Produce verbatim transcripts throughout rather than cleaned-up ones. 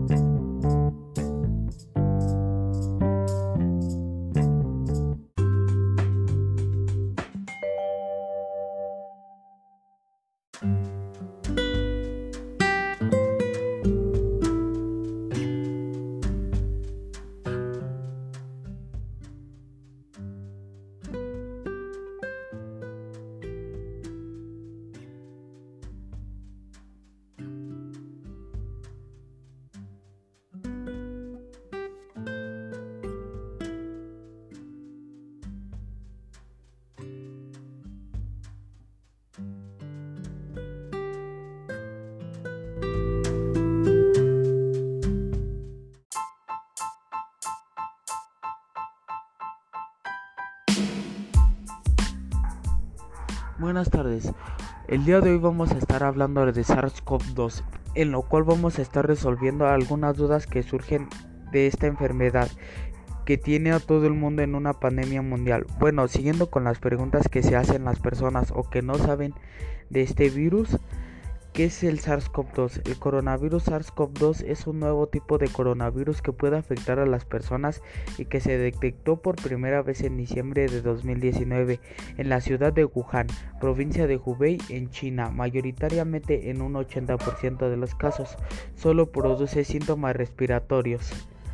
Buenas tardes, el día de hoy vamos a estar hablando de SARS-CoV dos, en lo cual vamos a estar resolviendo algunas dudas que surgen de esta enfermedad que tiene a todo el mundo en una pandemia mundial. Bueno, siguiendo con las preguntas que se hacen las personas o que no saben de este virus, ¿qué es el SARS-CoV dos? El coronavirus SARS-CoV dos es un nuevo tipo de coronavirus que puede afectar a las personas y que se detectó por primera vez en diciembre de dos mil diecinueve en la ciudad de Wuhan, provincia de Hubei, en China. Mayoritariamente, en un ochenta por ciento de los casos, solo produce síntomas respiratorios.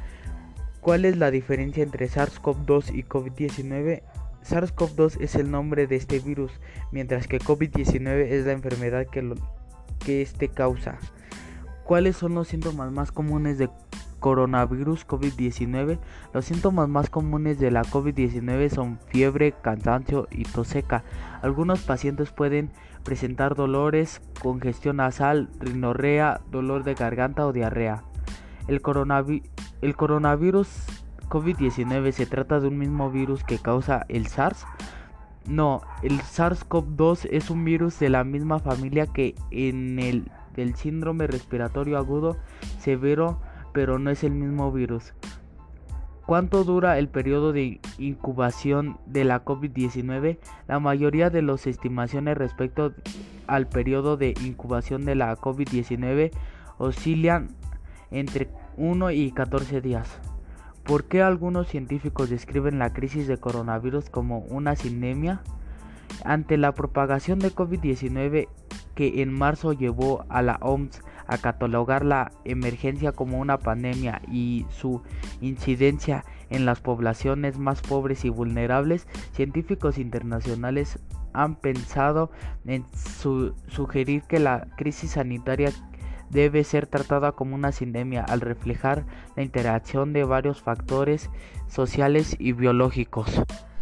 ¿Cuál es la diferencia entre SARS-CoV dos y COVID diecinueve? SARS-CoV dos es el nombre de este virus, mientras que COVID diecinueve es la enfermedad que lo que este causa. ¿Cuáles son los síntomas más comunes de coronavirus COVID diecinueve? Los síntomas más comunes de la COVID diecinueve son fiebre, cansancio y tos seca. Algunos pacientes pueden presentar dolores, congestión nasal, rinorrea, dolor de garganta o diarrea. El, coronavi- el coronavirus COVID diecinueve se trata de un mismo virus que causa el SARS. No, el SARS-CoV dos es un virus de la misma familia que en el del síndrome respiratorio agudo severo, pero no es el mismo virus. ¿Cuánto dura el periodo de incubación de la COVID diecinueve? La mayoría de las estimaciones respecto al periodo de incubación de la COVID diecinueve oscilan entre uno y catorce días. ¿Por qué algunos científicos describen la crisis de coronavirus como una sindemia? Ante la propagación de COVID diecinueve, que en marzo llevó a la O M S a catalogar la emergencia como una pandemia y su incidencia en las poblaciones más pobres y vulnerables, científicos internacionales han pensado en su- sugerir que la crisis sanitaria debe ser tratada como una sindemia al reflejar la interacción de varios factores sociales y biológicos.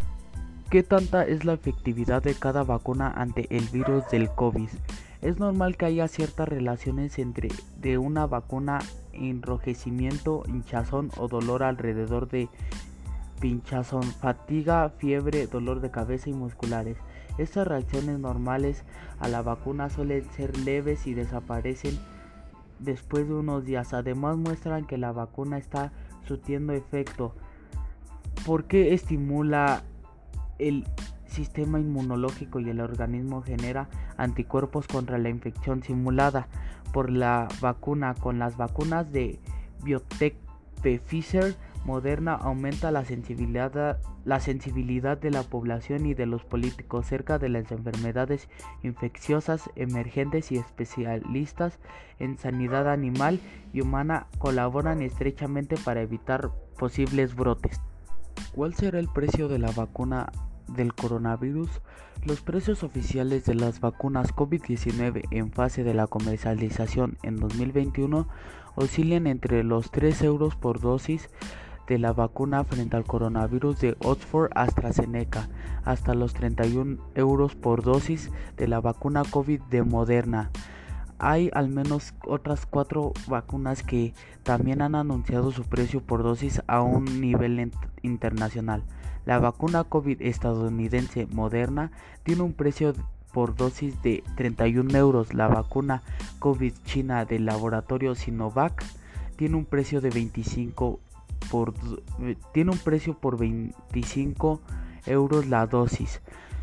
¿Qué tanta es la efectividad de cada vacuna ante el virus del COVID? Es normal que haya ciertas relaciones entre de una vacuna, enrojecimiento, hinchazón o dolor alrededor de pinchazón, fatiga, fiebre, dolor de cabeza y musculares. Estas reacciones normales a la vacuna suelen ser leves y desaparecen después de unos días. Además, muestran que la vacuna está surtiendo efecto. ¿Por qué estimula el sistema inmunológico y el organismo genera anticuerpos contra la infección simulada por la vacuna? Con las vacunas de Biotech, Pfizer, Moderna aumenta la sensibilidad, la sensibilidad de la población y de los políticos cerca de las enfermedades infecciosas emergentes, y especialistas en sanidad animal y humana colaboran estrechamente para evitar posibles brotes. ¿Cuál será el precio de la vacuna del coronavirus? Los precios oficiales de las vacunas COVID diecinueve en fase de la comercialización en dos mil veintiuno oscilan entre los tres euros por dosis de la vacuna frente al coronavirus de Oxford AstraZeneca hasta los treinta y un euros por dosis de la vacuna COVID de Moderna. Hay al menos otras cuatro vacunas que también han anunciado su precio por dosis a un nivel internacional. La vacuna COVID estadounidense Moderna tiene un precio por dosis de treinta y un euros. La vacuna COVID china del laboratorio Sinovac tiene un precio de veinticinco por tiene un precio por veinticinco euros la dosis.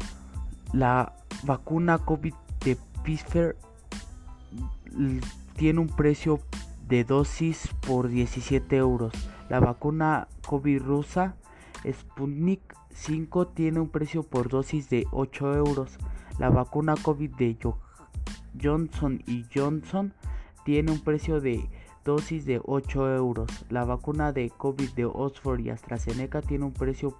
La vacuna COVID de Pfizer tiene un precio de dosis por diecisiete euros. La vacuna COVID rusa Sputnik cinco tiene un precio por dosis de ocho euros. La vacuna COVID de Johnson y Johnson tiene un precio de dosis de ocho euros. La vacuna de COVID de Oxford y AstraZeneca tiene un precio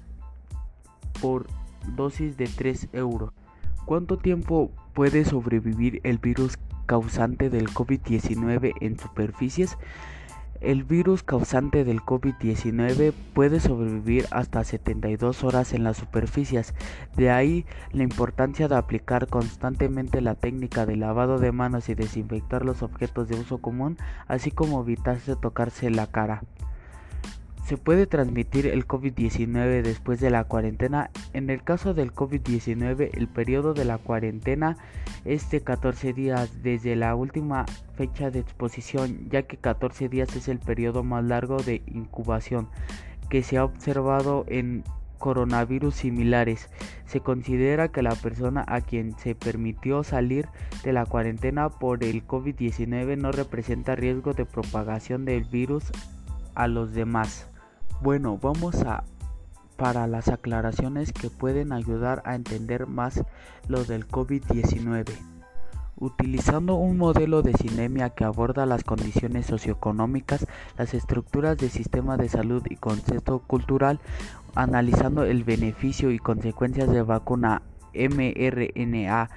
por dosis de tres euros. ¿Cuánto tiempo puede sobrevivir el virus causante del COVID diecinueve en superficies? El virus causante del COVID diecinueve puede sobrevivir hasta setenta y dos horas en las superficies. De ahí la importancia de aplicar constantemente la técnica de lavado de manos y desinfectar los objetos de uso común, así como evitarse tocarse la cara. ¿Se puede transmitir el COVID diecinueve después de la cuarentena? En el caso del COVID diecinueve, el periodo de la cuarentena es de catorce días desde la última fecha de exposición, ya que catorce días es el periodo más largo de incubación que se ha observado en coronavirus similares. Se considera que la persona a quien se permitió salir de la cuarentena por el COVID diecinueve no representa riesgo de propagación del virus a los demás. Bueno, vamos a para las aclaraciones que pueden ayudar a entender más lo del COVID diecinueve. Utilizando un modelo de sinemia que aborda las condiciones socioeconómicas, las estructuras del sistema de salud y contexto cultural, analizando el beneficio y consecuencias de vacuna mRNA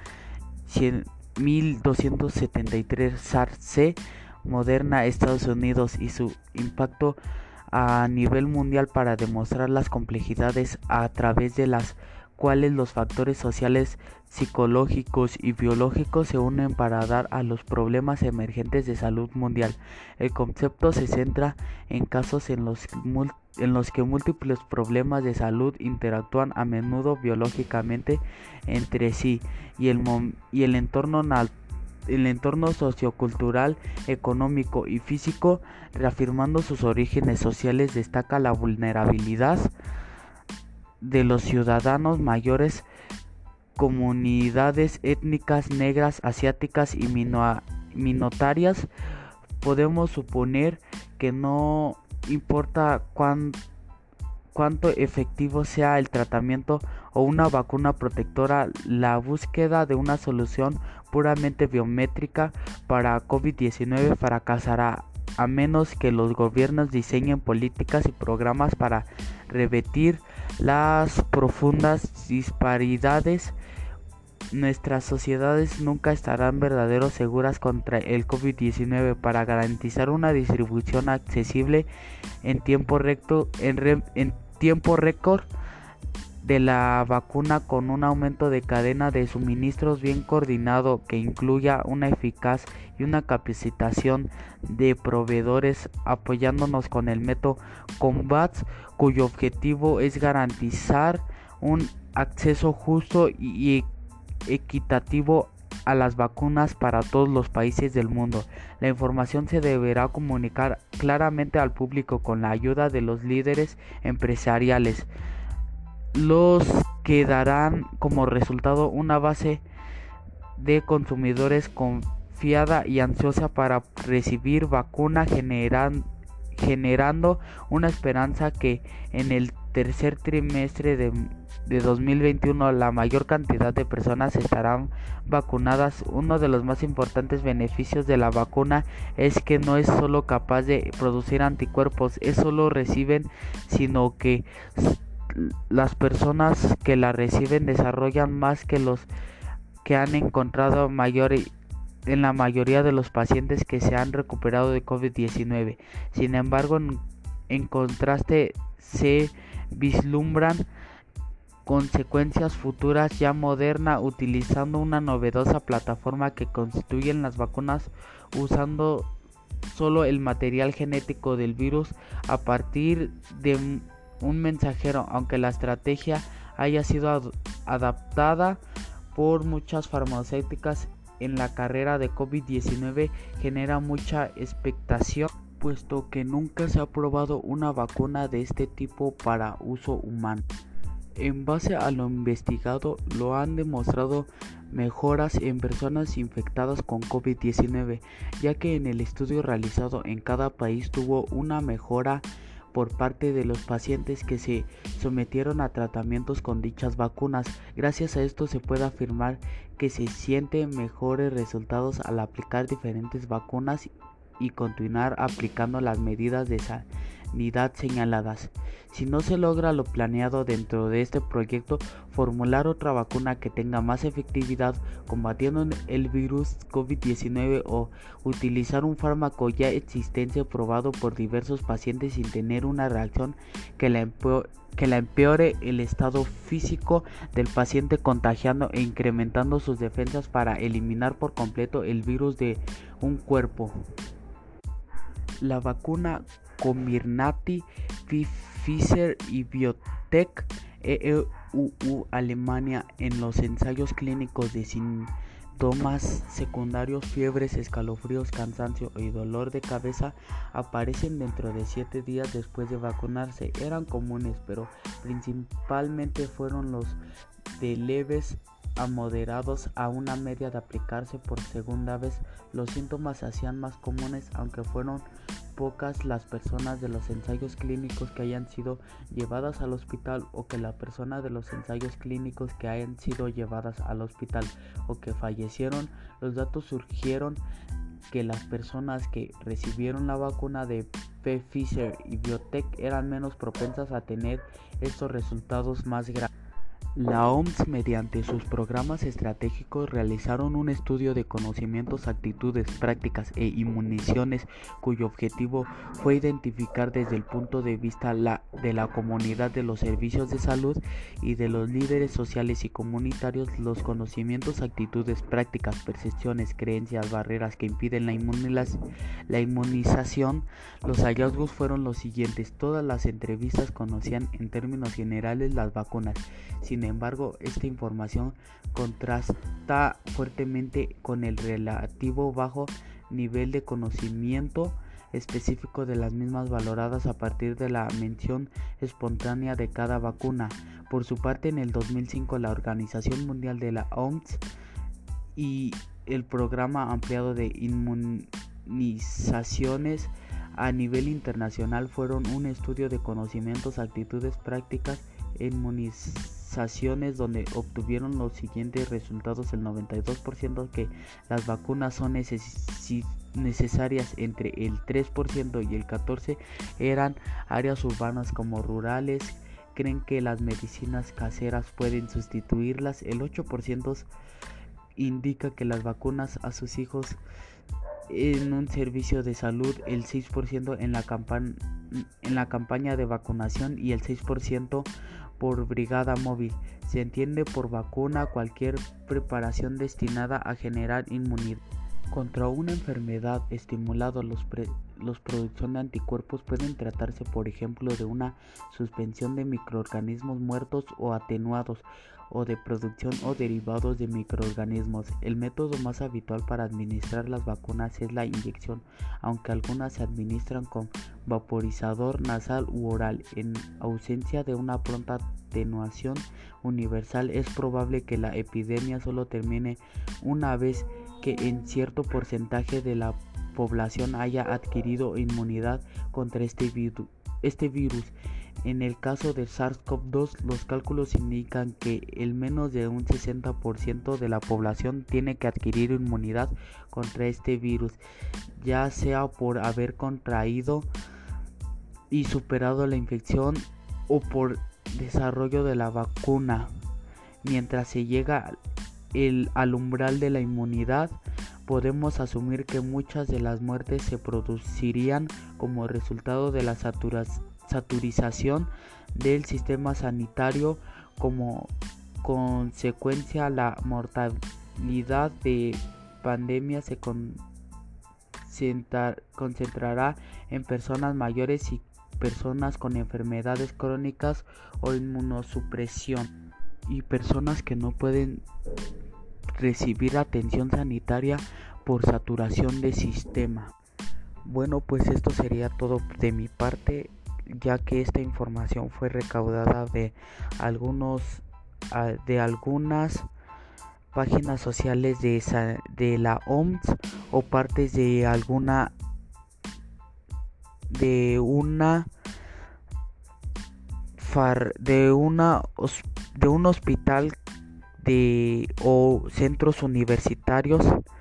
mil doscientos setenta y tres SARS-C, Moderna, Estados Unidos y su impacto a nivel mundial para demostrar las complejidades a través de las cuales los factores sociales, psicológicos y biológicos se unen para dar a los problemas emergentes de salud mundial. El concepto se centra en casos en los, en los que múltiples problemas de salud interactúan a menudo biológicamente entre sí y el, y el entorno natural. El entorno sociocultural, económico y físico, reafirmando sus orígenes sociales, destaca la vulnerabilidad de los ciudadanos mayores, comunidades étnicas negras, asiáticas y minoritarias. Podemos suponer que no importa cuán, cuánto efectivo sea el tratamiento o una vacuna protectora, la búsqueda de una solución puramente biométrica para COVID diecinueve fracasará, a menos que los gobiernos diseñen políticas y programas para revertir las profundas disparidades. Nuestras sociedades nunca estarán verdaderamente seguras contra el COVID diecinueve. Para garantizar una distribución accesible en tiempo recto, en, re, en tiempo récord de la vacuna, con un aumento de cadena de suministros bien coordinado que incluya una eficaz y una capacitación de proveedores, apoyándonos con el método COVAX, cuyo objetivo es garantizar un acceso justo y equitativo a las vacunas para todos los países del mundo. La información se deberá comunicar claramente al público con la ayuda de los líderes empresariales, los que darán como resultado una base de consumidores confiada y ansiosa para recibir vacuna, generan, generando una esperanza que en el tercer trimestre de, de dos mil veintiuno la mayor cantidad de personas estarán vacunadas. Uno de los más importantes beneficios de la vacuna es que no es solo capaz de producir anticuerpos, es solo reciben, sino que las personas que la reciben desarrollan más que los que han encontrado mayor en la mayoría de los pacientes que se han recuperado de COVID diecinueve. Sin embargo, en, en contraste, se vislumbran consecuencias futuras. Ya Moderna, utilizando una novedosa plataforma que constituyen las vacunas usando solo el material genético del virus a partir de un mensajero, aunque la estrategia haya sido ad- adaptada por muchas farmacéuticas en la carrera de COVID diecinueve, genera mucha expectación, puesto que nunca se ha probado una vacuna de este tipo para uso humano. En base a lo investigado, lo han demostrado mejoras en personas infectadas con COVID diecinueve, ya que en el estudio realizado en cada país tuvo una mejora por parte de los pacientes que se sometieron a tratamientos con dichas vacunas. Gracias a esto se puede afirmar que se sienten mejores resultados al aplicar diferentes vacunas y continuar aplicando las medidas de sanidad señaladas. Si no se logra lo planeado dentro de este proyecto, formular otra vacuna que tenga más efectividad combatiendo el virus COVID diecinueve o utilizar un fármaco ya existente probado por diversos pacientes sin tener una reacción que la empeore, que la empeore el estado físico del paciente, contagiando e incrementando sus defensas para eliminar por completo el virus de un cuerpo. La vacuna Comirnaty, Pfizer y BioNTech E U U Alemania en los ensayos clínicos de síntomas secundarios, fiebres, escalofríos, cansancio y dolor de cabeza aparecen dentro de siete días después de vacunarse. Eran comunes, pero principalmente fueron los de leves a moderados a una media de aplicarse por segunda vez. Los síntomas se hacían más comunes, aunque fueron pocas las personas de los ensayos clínicos que hayan sido llevadas al hospital o que la persona de los ensayos clínicos que hayan sido llevadas al hospital o que fallecieron. Los datos surgieron que las personas que recibieron la vacuna de Pfizer y BioNTech eran menos propensas a tener estos resultados más graves. La O M S, mediante sus programas estratégicos, realizaron un estudio de conocimientos, actitudes, prácticas e inmunizaciones cuyo objetivo fue identificar desde el punto de vista la, de la comunidad de los servicios de salud y de los líderes sociales y comunitarios los conocimientos, actitudes, prácticas, percepciones, creencias, barreras que impiden la, la inmunización. Los hallazgos fueron los siguientes. Todas las entrevistas conocían en términos generales las vacunas. Sin embargo, esta información contrasta fuertemente con el relativo bajo nivel de conocimiento específico de las mismas valoradas a partir de la mención espontánea de cada vacuna. Por su parte, en el dos mil cinco, la Organización Mundial de la O M S y el Programa Ampliado de Inmunizaciones a nivel internacional fueron un estudio de conocimientos, actitudes, prácticas e inmunizaciones donde obtuvieron los siguientes resultados. El noventa y dos por ciento que las vacunas son neces- necesarias, entre el tres por ciento y el catorce por ciento eran áreas urbanas como rurales. Creen que las medicinas caseras pueden sustituirlas. El ocho por ciento indica que las vacunas a sus hijos en un servicio de salud, el seis por ciento en la, campa- en la campaña de vacunación y el seis por ciento por brigada móvil. Se entiende por vacuna cualquier preparación destinada a generar inmunidad contra una enfermedad. Estimulado los, pre- los producción de anticuerpos pueden tratarse, por ejemplo, de una suspensión de microorganismos muertos o atenuados, o de producción o derivados de microorganismos. El método más habitual para administrar las vacunas es la inyección, aunque algunas se administran con vaporizador nasal u oral. En ausencia de una pronta atenuación universal, es probable que la epidemia solo termine una vez que en cierto porcentaje de la población haya adquirido inmunidad contra este virus. Este virus. En el caso del SARS-CoV dos, los cálculos indican que el menos de un sesenta por ciento de la población tiene que adquirir inmunidad contra este virus, ya sea por haber contraído y superado la infección o por desarrollo de la vacuna. Mientras se llega el, al umbral de la inmunidad, podemos asumir que muchas de las muertes se producirían como resultado de la saturación saturización del sistema sanitario. Como consecuencia, la mortalidad de pandemia se concentra, concentrará en personas mayores y personas con enfermedades crónicas o inmunosupresión y personas que no pueden recibir atención sanitaria por saturación de sistema. Bueno, pues esto sería todo de mi parte. ya que esta información fue recaudada de algunos de algunas páginas sociales de, esa, de la O M S o partes de alguna de una far, de una de un hospital de o centros universitarios